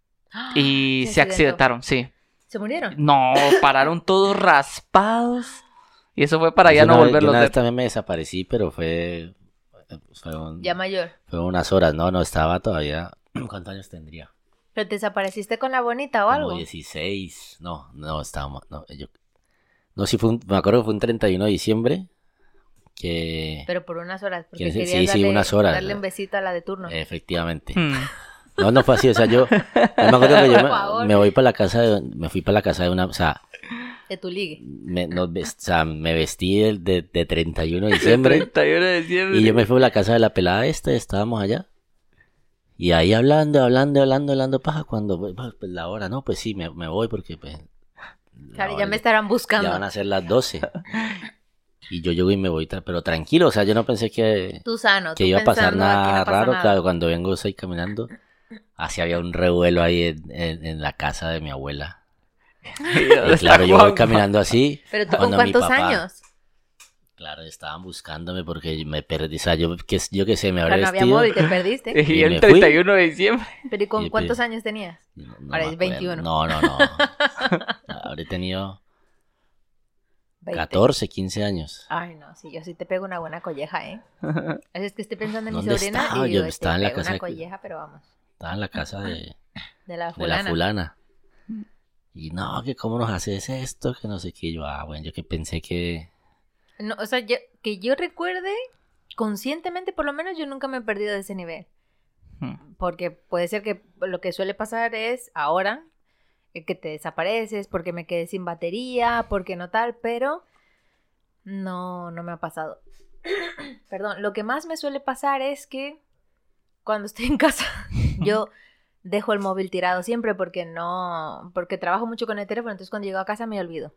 Speaker 3: y se accidentaron, sí.
Speaker 1: ¿Se murieron?
Speaker 3: No, pararon todos raspados. Y eso fue para ya
Speaker 2: Yo
Speaker 3: no
Speaker 2: una vez-
Speaker 3: volverlos
Speaker 2: yo una
Speaker 3: a
Speaker 2: vez
Speaker 3: ver.
Speaker 2: también me desaparecí, pero fue
Speaker 1: Ya mayor.
Speaker 2: fue unas horas. No estaba todavía. ¿Cuántos años tendría?
Speaker 1: ¿Pero te desapareciste con la bonita o
Speaker 2: Como
Speaker 1: algo?
Speaker 2: 16. No, estábamos. No, sí me acuerdo que fue un 31 de diciembre. Que.
Speaker 1: Pero por unas horas, porque
Speaker 2: Sí,
Speaker 1: querías
Speaker 2: sí, unas horas.
Speaker 1: darle un besito a la de turno.
Speaker 2: Efectivamente.
Speaker 3: Mm.
Speaker 2: No fue así. O sea, yo me acuerdo que yo
Speaker 1: Por favor.
Speaker 2: me voy para la casa me fui para la casa de una. O sea,
Speaker 1: De tu ligue.
Speaker 2: me vestí de 31 de diciembre.
Speaker 3: 31 de diciembre.
Speaker 2: Y yo me fui a la casa de la pelada estábamos allá. Y ahí hablando paja, cuando pues la hora, no, pues sí, me voy porque pues la
Speaker 1: Claro,
Speaker 2: hora
Speaker 1: ya me estarán buscando.
Speaker 2: ya van a ser las 12. Y yo llego y me voy, pero tranquilo, o sea, yo no pensé que
Speaker 1: Tú sano,
Speaker 2: que
Speaker 1: tú
Speaker 2: iba a pasar
Speaker 1: pensando, aquí
Speaker 2: nada
Speaker 1: no pasa
Speaker 2: raro,
Speaker 1: nada.
Speaker 2: claro, cuando vengo estoy caminando, así había un revuelo ahí en la casa de mi abuela. Y claro, yo voy caminando así.
Speaker 1: Pero tú con
Speaker 2: cuando mi
Speaker 1: cuántos
Speaker 2: papá-
Speaker 1: años.
Speaker 2: Claro, estaban buscándome porque me perdí, o sea, yo qué sé, me habré
Speaker 1: Claro, no había
Speaker 2: vestido.
Speaker 1: móvil, te perdiste.
Speaker 3: Y
Speaker 2: Y
Speaker 3: el
Speaker 2: me fui.
Speaker 3: 31 de diciembre.
Speaker 1: Pero ¿y con
Speaker 2: Y
Speaker 1: cuántos
Speaker 2: pues-
Speaker 1: años tenías?
Speaker 2: No
Speaker 1: Ahora
Speaker 2: me
Speaker 1: es
Speaker 2: acuerdo.
Speaker 1: 21.
Speaker 2: No. Habré tenido
Speaker 1: 20.
Speaker 2: 14, 15 años.
Speaker 1: Ay, no, sí, yo sí te pego una buena colleja, ¿eh? Es que estoy pensando en mi
Speaker 2: ¿Dónde
Speaker 1: sobrina
Speaker 2: estaba?
Speaker 1: y
Speaker 2: Yo
Speaker 1: digo,
Speaker 2: estaba
Speaker 1: te
Speaker 2: en la
Speaker 1: pego
Speaker 2: casa
Speaker 1: una
Speaker 2: de-
Speaker 1: colleja, pero vamos,
Speaker 2: Estaba en la casa
Speaker 1: de la
Speaker 2: de la
Speaker 1: fulana.
Speaker 2: fulana. Y no, que cómo nos haces esto, que no sé qué. Yo, bueno, yo que pensé que...
Speaker 1: No, o sea, que yo recuerde, conscientemente por lo menos, yo nunca me he perdido de ese nivel. Porque puede ser que lo que suele pasar es ahora que te desapareces porque me quedé sin batería, porque no tal, pero no me ha pasado. Perdón, lo que más me suele pasar es que cuando estoy en casa yo dejo el móvil tirado siempre porque trabajo mucho con el teléfono, entonces cuando llego a casa me olvido.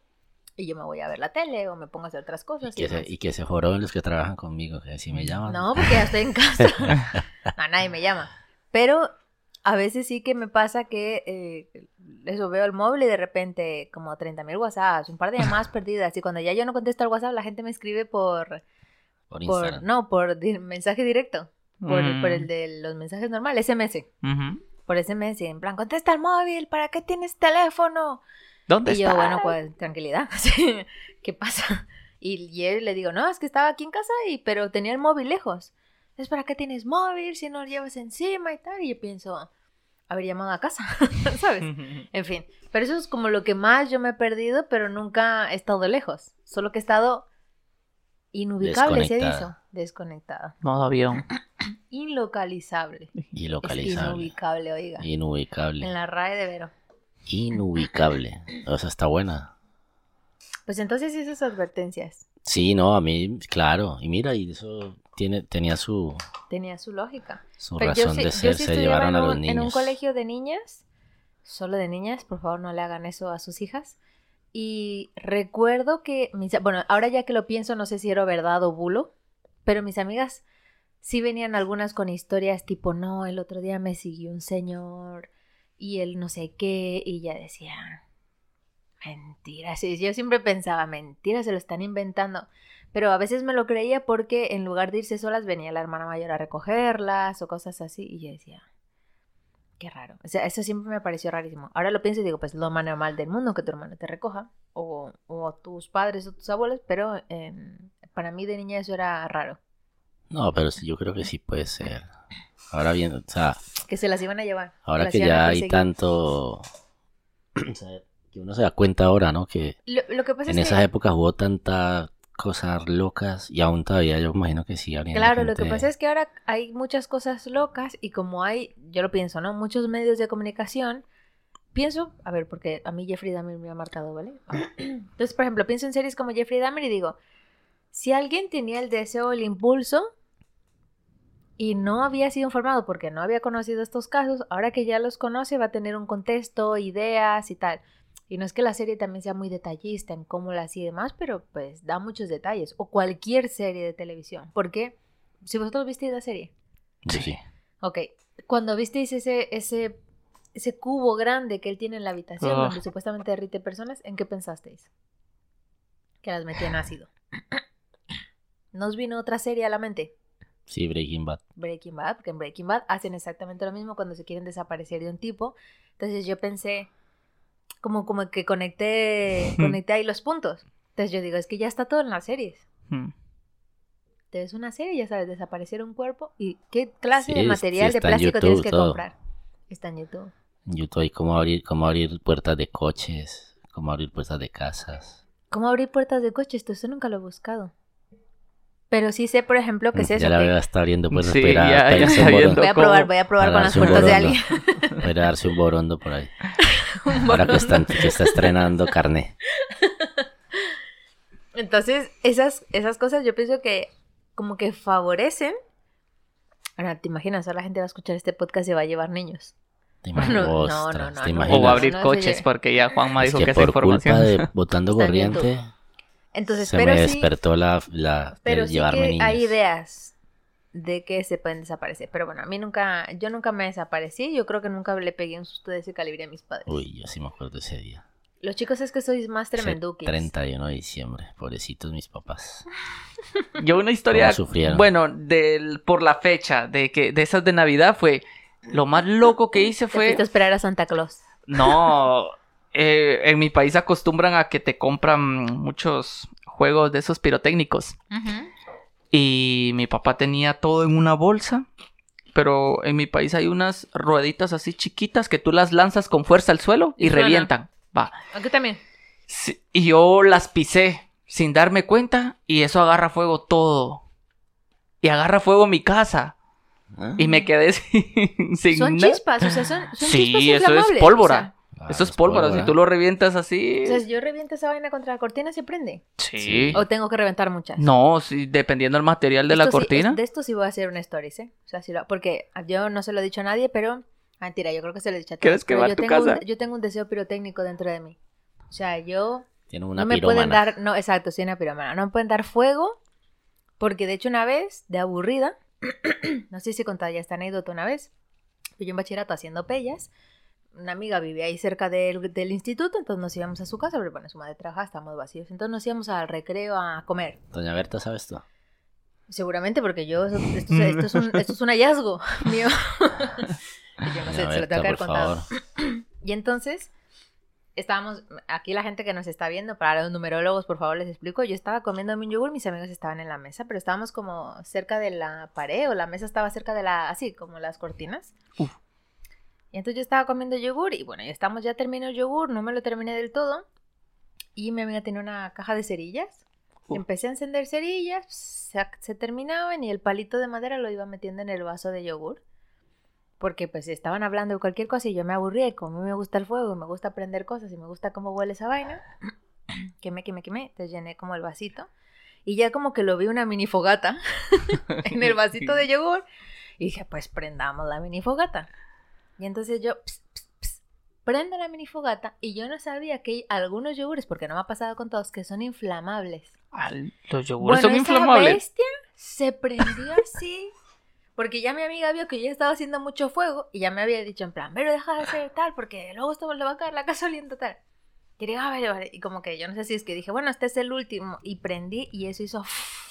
Speaker 1: Y yo me voy a ver la tele o me pongo a hacer otras cosas.
Speaker 2: Y que se joroben los que trabajan conmigo, que si me llaman.
Speaker 1: No, porque ya estoy en casa. No, nadie me llama. Pero a veces sí que me pasa que eso, veo el móvil y de repente como 30.000 WhatsApps, un par de llamadas perdidas. Y cuando ya yo no contesto al WhatsApp, la gente me escribe por
Speaker 2: Instagram.
Speaker 1: mensaje directo. Por el de los mensajes normales, SMS.
Speaker 3: Ujú.
Speaker 1: Por SMS, en plan, contesta el móvil, ¿para qué tienes teléfono?
Speaker 3: ¿Dónde
Speaker 1: Y yo,
Speaker 3: está?
Speaker 1: bueno, pues tranquilidad. ¿Qué pasa? Y él le digo, no, es que estaba aquí en casa, pero tenía el móvil lejos. Entonces, ¿para qué tienes móvil si no lo llevas encima y tal? Y yo pienso, haber llamado a casa, ¿sabes? En fin, pero eso es como lo que más yo me he perdido, pero nunca he estado lejos. Solo que he estado inubicable, se dice. Desconectada.
Speaker 3: Modo avión.
Speaker 1: Ilocalizable.
Speaker 2: Y
Speaker 1: Es
Speaker 2: localizable.
Speaker 1: inubicable, oiga. En
Speaker 2: Inubicable.
Speaker 1: la RAE de Vero.
Speaker 2: Inubicable. O sea, está buena.
Speaker 1: Pues entonces esas advertencias
Speaker 2: Sí, no, a mí, claro. Y mira, y eso tenía su
Speaker 1: tenía su lógica.
Speaker 2: razón
Speaker 1: Pero
Speaker 2: de ser.
Speaker 1: sí
Speaker 2: Se
Speaker 1: estudiaba
Speaker 2: llevaron a los
Speaker 1: en un
Speaker 2: niños.
Speaker 1: colegio de niñas, solo de niñas, por favor no le hagan eso a sus hijas. Y recuerdo que, bueno, ahora ya que lo pienso, no sé si era verdad o bulo, pero mis amigas sí venían algunas con historias tipo, no, el otro día me siguió un señor y él no sé qué, y ya decía, mentira, sí, yo siempre pensaba, mentira, se lo están inventando. Pero a veces me lo creía porque en lugar de irse solas venía la hermana mayor a recogerlas o cosas así. Y yo decía, qué raro. O sea, eso siempre me pareció rarísimo. Ahora lo pienso y digo, pues lo más normal del mundo que tu hermano te recoja. O tus padres o tus abuelos. Pero para mí de niña eso era raro.
Speaker 2: No, pero sí, yo creo que sí puede ser. Ahora bien, o sea,
Speaker 1: Que se las iban a llevar.
Speaker 2: ahora
Speaker 1: las
Speaker 2: que
Speaker 1: iban a
Speaker 2: ya hay
Speaker 1: perseguir.
Speaker 2: tanto... o sea, que uno se da cuenta ahora, ¿no? Que
Speaker 1: Lo que pasa
Speaker 2: en
Speaker 1: es
Speaker 2: esas
Speaker 1: que...
Speaker 2: épocas hubo tantas cosas locas y aún todavía yo imagino que sí habría
Speaker 1: Claro, lo que
Speaker 2: gente...
Speaker 1: pasa es que ahora hay muchas cosas locas y como hay, yo lo pienso, ¿no? Muchos medios de comunicación, pienso, a ver, porque a mí Jeffrey Dahmer me ha marcado, ¿vale? Entonces, por ejemplo, pienso en series como Jeffrey Dahmer y digo, si alguien tenía el deseo, el impulso y no había sido informado porque no había conocido estos casos, ahora que ya los conoce va a tener un contexto, ideas y tal. Y no es que la serie también sea muy detallista en cómo la hacía y demás, pero pues da muchos detalles. O cualquier serie de televisión. Porque si vosotros visteis la serie.
Speaker 2: Sí.
Speaker 1: Ok, cuando visteis ese cubo grande que él tiene en la habitación donde supuestamente derrite personas, ¿en qué pensasteis? Que las metía en ácido. ¿No os vino otra serie a la mente?
Speaker 2: Sí, Breaking Bad.
Speaker 1: Breaking Bad, porque en Breaking Bad hacen exactamente lo mismo cuando se quieren desaparecer de un tipo. Entonces yo pensé, como que conecté ahí los puntos. Entonces yo digo, es que ya está todo en las series. Te ves una serie, ya sabes, desaparecer un cuerpo y qué clase de material de plástico tienes que comprar. Está en YouTube.
Speaker 2: En YouTube hay cómo abrir puertas de coches, cómo abrir puertas de casas.
Speaker 1: ¿Cómo abrir puertas de coches? Eso nunca lo he buscado. Pero sí sé, por ejemplo, que es eso.
Speaker 2: Ya la
Speaker 1: que...
Speaker 2: veo, está abriendo puertas.
Speaker 3: Sí, ya está viendo.
Speaker 1: Voy a probar con las puertas de alguien.
Speaker 2: Voy a darse un borondo por ahí. Ahora que está estrenando carne.
Speaker 1: Entonces, esas cosas yo pienso que como que favorecen. Ahora, ¿te imaginas? Ahora la gente va a escuchar este podcast y va a llevar niños.
Speaker 2: ¿Te imaginas?
Speaker 1: No.
Speaker 3: O va a abrir coches porque ya Juanma dijo que esa
Speaker 2: por
Speaker 3: información.
Speaker 2: Culpa de botando corriente.
Speaker 1: Entonces,
Speaker 2: se me despertó
Speaker 1: pero sí
Speaker 2: llevarme
Speaker 1: que
Speaker 2: niños.
Speaker 1: hay ideas de que se pueden desaparecer. Pero bueno, yo nunca me desaparecí. Yo creo que nunca le pegué un susto de ese calibre a mis padres.
Speaker 2: Uy, yo sí me acuerdo de ese día.
Speaker 1: Los chicos es que sois más tremenduquis.
Speaker 2: 31 de diciembre, pobrecitos mis papás.
Speaker 3: Yo una historia,
Speaker 2: sufrieron?
Speaker 3: bueno, por la fecha de esas de Navidad fue lo más loco que hice
Speaker 1: Te
Speaker 3: fue.
Speaker 1: fuiste a esperar a Santa Claus.
Speaker 3: No, en mi país acostumbran a que te compran muchos juegos de esos pirotécnicos. Y mi papá tenía todo en una bolsa. Pero en mi país hay unas rueditas así chiquitas que tú las lanzas con fuerza al suelo y revientan. Va.
Speaker 1: Aquí también.
Speaker 3: Sí, y yo las pisé sin darme cuenta y eso agarra fuego todo. Y agarra fuego mi casa. Y me quedé sin
Speaker 1: son
Speaker 3: nada.
Speaker 1: Chispas, o sea, son
Speaker 3: sí,
Speaker 1: chispas
Speaker 3: eso es pólvora.
Speaker 1: O sea,
Speaker 3: eso es pólvora. Si tú lo revientas así.
Speaker 1: O sea, si yo reviento esa vaina contra la cortina, ¿se prende?
Speaker 3: Sí.
Speaker 1: ¿O tengo que reventar muchas?
Speaker 3: No, sí, dependiendo del material de la cortina.
Speaker 1: De esto sí voy a hacer una stories, ¿eh? O sea, porque yo no se lo he dicho a nadie, pero... Mentira, yo creo que se lo he dicho a todos.
Speaker 3: ¿Quieres quemar tu casa?
Speaker 1: Yo tengo un deseo pirotécnico dentro de mí. O sea,
Speaker 2: Tiene una
Speaker 1: no me
Speaker 2: piromana.
Speaker 1: pueden dar... No, exacto, soy una piromana. No me pueden dar fuego, porque de hecho una vez, de aburrida, no sé si contaba ya esta anécdota una vez, yo en bachillerato haciendo pellas, una amiga vivía ahí cerca del instituto, entonces nos íbamos a su casa, pero bueno, su madre trabajaba, estábamos vacíos, entonces nos íbamos al recreo a comer.
Speaker 2: Doña Berta, ¿sabes tú?
Speaker 1: Seguramente, porque esto es un hallazgo mío. Yo no sé,
Speaker 2: Berta,
Speaker 1: se lo tengo que haber
Speaker 2: por
Speaker 1: contado.
Speaker 2: favor.
Speaker 1: Y entonces, estábamos, aquí la gente que nos está viendo, para los numerólogos, por favor, les explico, yo estaba comiendo un yogur, mis amigos estaban en la mesa, pero estábamos como cerca de la pared, o la mesa estaba cerca de así, como las cortinas.
Speaker 3: Uf.
Speaker 1: Y entonces yo estaba comiendo yogur, y bueno, ya terminé el yogur, no me lo terminé del todo, y mi amiga tenía una caja de cerillas. Empecé a encender cerillas, se terminaban, y el palito de madera lo iba metiendo en el vaso de yogur. Porque pues estaban hablando de cualquier cosa y yo me aburría y como a mí me gusta el fuego, me gusta aprender cosas y me gusta cómo huele esa vaina, quemé, entonces llené como el vasito y ya como que lo vi una mini fogata en el vasito de yogur y dije, pues prendamos la mini fogata. Y entonces yo prendo la mini fogata y yo no sabía que hay algunos yogures, porque no me ha pasado con todos, que son inflamables.
Speaker 3: Los yogures son inflamables.
Speaker 1: Esa bestia se prendió así. Porque ya mi amiga vio que yo estaba haciendo mucho fuego y ya me había dicho en plan, pero deja de hacer tal, porque luego esto le va a caer la casa oliendo tal. Y digo, vale. Y como que yo no sé si es que dije, bueno, este es el último. Y prendí y eso hizo...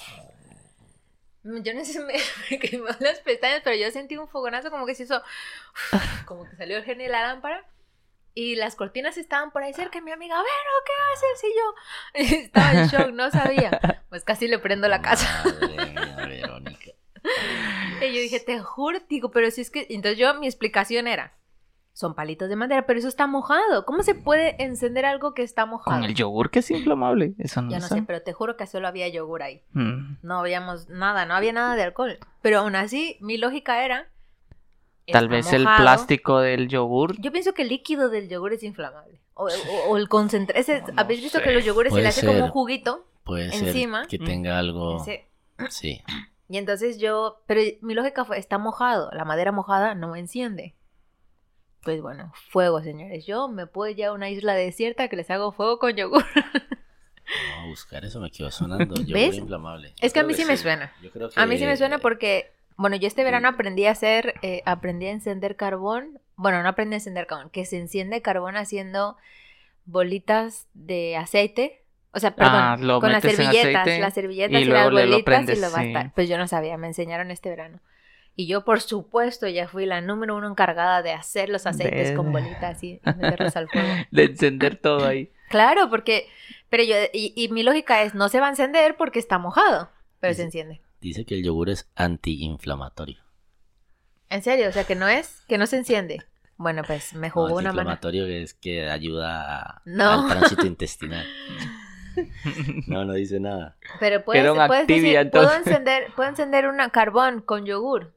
Speaker 1: Yo no sé si me quemó las pestañas, pero yo sentí un fogonazo como que se hizo... Como que salió el genio de la lámpara. Y las cortinas estaban por ahí cerca y mi amiga, bueno, ¿qué haces? Y yo estaba en shock, no sabía. Pues casi le prendo la casa.
Speaker 2: Madre mía, Verónica.
Speaker 1: Y yo dije, te juro, digo, pero si es que... Entonces mi explicación era, son palitos de madera, pero eso está mojado. ¿Cómo se puede encender algo que está mojado?
Speaker 3: Con el yogur que es inflamable. Eso no
Speaker 1: Yo no sé, pero te juro que solo había yogur ahí.
Speaker 3: Mm.
Speaker 1: No habíamos nada, no había nada de alcohol. Pero aún así, mi lógica era...
Speaker 3: Tal vez
Speaker 1: mojado.
Speaker 3: el plástico del yogur.
Speaker 1: Yo pienso que el líquido del yogur es inflamable. O el concentrado.
Speaker 3: No
Speaker 1: ¿Habéis visto
Speaker 3: sé.
Speaker 1: que los yogures se
Speaker 2: Puede
Speaker 1: le hace como
Speaker 2: ser.
Speaker 1: un juguito?
Speaker 2: Puede
Speaker 1: Encima.
Speaker 2: ser que tenga algo...
Speaker 1: Ese-
Speaker 2: Sí.
Speaker 1: Y entonces pero mi lógica fue, está mojado, la madera mojada no enciende. Pues bueno, fuego, señores. Yo me puedo ir a una isla desierta que les hago fuego con yogur.
Speaker 2: Vamos a buscar eso, me quedó sonando. Yogur
Speaker 1: ¿Ves?
Speaker 2: inflamable.
Speaker 1: Es que a mí sí me suena.
Speaker 2: Yo creo
Speaker 1: A mí sí me suena porque, bueno, yo este verano aprendí a encender carbón. Bueno, no aprendí a encender carbón, que se enciende carbón haciendo bolitas de aceite. O sea, perdón, con las servilletas y las bolitas y lo va a estar. Pues yo no sabía, me enseñaron este verano. Y yo, por supuesto, ya fui la número 1 encargada de hacer los aceites con bolitas y meterlos al fuego.
Speaker 3: De encender todo ahí.
Speaker 1: Claro, pero yo, y mi lógica es, no se va a encender porque está mojado, pero se enciende.
Speaker 2: Dice que el yogur es antiinflamatorio.
Speaker 1: ¿En serio? O sea, que no se enciende. Bueno, pues me jugó una mano.
Speaker 2: Antiinflamatorio es que ayuda al tránsito intestinal. No dice nada.
Speaker 1: Pero puedes decir, puedo encender un carbón con yogur.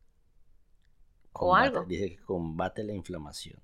Speaker 1: O algo.
Speaker 2: Dice que combate la inflamación.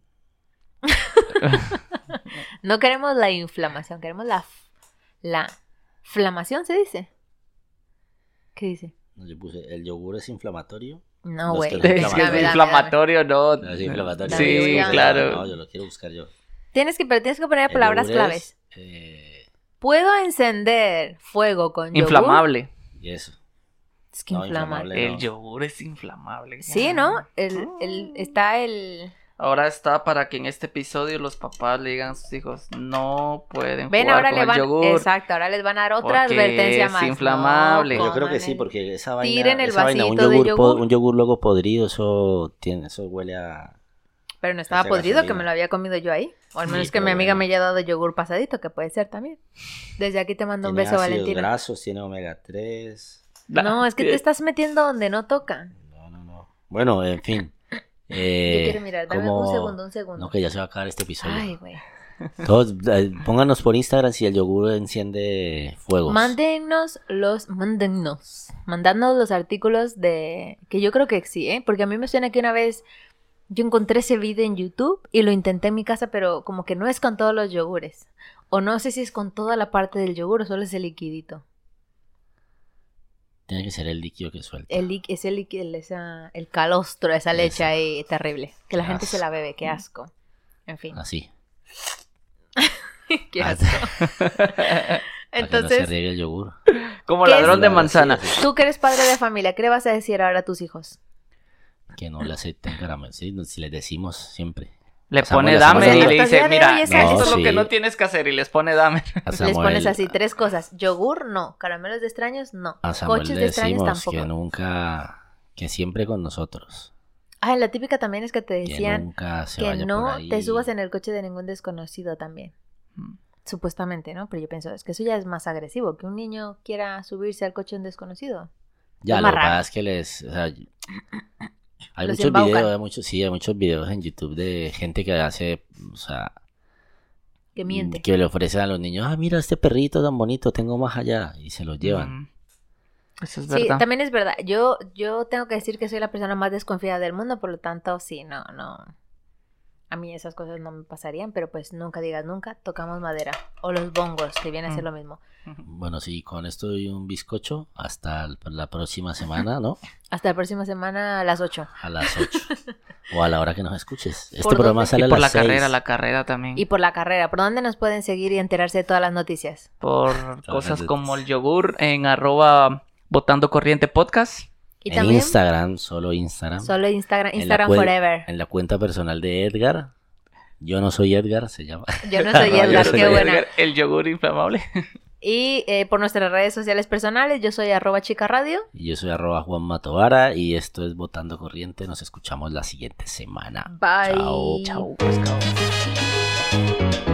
Speaker 1: No queremos la inflamación, queremos la flamación, ¿se dice? ¿Qué dice?
Speaker 2: No, yo puse, ¿el yogur es inflamatorio?
Speaker 1: No, güey.
Speaker 3: Es que es inflamatorio, no.
Speaker 2: No es inflamatorio.
Speaker 3: Sí, claro.
Speaker 2: No, yo lo quiero buscar yo.
Speaker 1: Tienes que poner palabras claves. Puedo encender fuego con yogur.
Speaker 3: Inflamable.
Speaker 2: Y eso.
Speaker 1: Es que inflama.
Speaker 3: El yogur es inflamable.
Speaker 1: Sí, ¿no? Está el...
Speaker 3: Ahora está para que en este episodio los papás le digan a sus hijos, no pueden
Speaker 1: jugar
Speaker 3: con el yogur.
Speaker 1: Exacto, ahora les van a dar otra advertencia más.
Speaker 3: Es inflamable.
Speaker 2: No, yo creo que sí, porque esa vaina...
Speaker 1: Tiren el vasito de yogur.
Speaker 2: Un yogur luego podrido, eso huele a...
Speaker 1: Pero no estaba podrido, que me lo había comido yo ahí. O al menos que mi amiga me haya dado yogur pasadito, que puede ser también. Desde aquí te mando un beso, Valentina.
Speaker 2: Tiene ácidos grasos, tiene omega 3.
Speaker 1: No, es que te estás metiendo donde no toca.
Speaker 2: No. Bueno, en fin.
Speaker 1: Yo quiero mirar, dame un segundo.
Speaker 2: No, que ya se va a acabar este episodio.
Speaker 1: Ay, güey.
Speaker 2: Todos, pónganos por Instagram si el yogur enciende fuegos.
Speaker 1: Mandadnos los artículos que yo creo que sí, ¿eh? Porque a mí me suena que una vez yo encontré ese video en YouTube y lo intenté en mi casa, pero como que no es con todos los yogures. O no sé si es con toda la parte del yogur o solo es el liquidito.
Speaker 2: Tiene que ser el líquido que suelta.
Speaker 1: Ese líquido, el calostro, esa leche ahí terrible. Que la gente se la bebe, qué asco. En fin.
Speaker 2: Así.
Speaker 1: Qué asco. Entonces,
Speaker 2: para que no se riegue el yogur.
Speaker 3: Como ladrón de manzana.
Speaker 1: Tú que eres padre de familia, ¿qué le vas a decir ahora a tus hijos?
Speaker 2: Que no le acepten caramelo. Sí, si les decimos siempre.
Speaker 3: Le pone dame y le dice, mira, esto es lo que no tienes que hacer. Y les pone dame.
Speaker 1: Les pones así 3 cosas. Yogur, no. Caramelos de extraños, no.
Speaker 2: A Samuel
Speaker 1: Coches
Speaker 2: le
Speaker 1: de extraños,
Speaker 2: decimos
Speaker 1: tampoco.
Speaker 2: que siempre con nosotros.
Speaker 1: Ah, la típica también es que te decían
Speaker 2: que
Speaker 1: no te subas en el coche de ningún desconocido también. Supuestamente, ¿no? Pero yo pienso, es que eso ya es más agresivo. Que un niño quiera subirse al coche de un desconocido.
Speaker 2: Ya, lo que pasa es que hay muchos videos, hay muchos videos en YouTube de gente que hace,
Speaker 1: que miente.
Speaker 2: Que le ofrecen a los niños, mira este perrito tan bonito, tengo más allá, y se los llevan.
Speaker 3: Eso es verdad.
Speaker 1: Sí, también es verdad. Yo tengo que decir que soy la persona más desconfiada del mundo, por lo tanto, sí, no. A mí esas cosas no me pasarían, pero pues nunca digas nunca, tocamos madera. O los bongos, que viene a ser lo mismo.
Speaker 2: Bueno, sí, con esto y un bizcocho, hasta la próxima semana, ¿no?
Speaker 1: Hasta la próxima semana a las 8.
Speaker 2: A las 8. O a la hora que nos escuches. Este programa sale a
Speaker 3: las 6.
Speaker 2: Y por
Speaker 3: la carrera también.
Speaker 1: Y por la carrera. ¿Por dónde nos pueden seguir y enterarse de todas las noticias?
Speaker 3: Por cosas como el yogur en @botandocorrientepodcast.
Speaker 1: ¿Y
Speaker 2: en
Speaker 1: también?
Speaker 2: Instagram, solo Instagram.
Speaker 1: Solo Instagram forever.
Speaker 2: En la cuenta personal de Edgar. Yo no soy Edgar, se llama.
Speaker 1: Yo no soy Edgar, qué buena.
Speaker 3: Edgar, el yogur inflamable.
Speaker 1: Y por nuestras redes sociales personales, yo soy @chicaradio.
Speaker 2: Y yo soy @JuanMatovara. Y esto es Botando Corriente. Nos escuchamos la siguiente semana.
Speaker 1: Bye.
Speaker 2: Chao.
Speaker 3: Chao, pescado.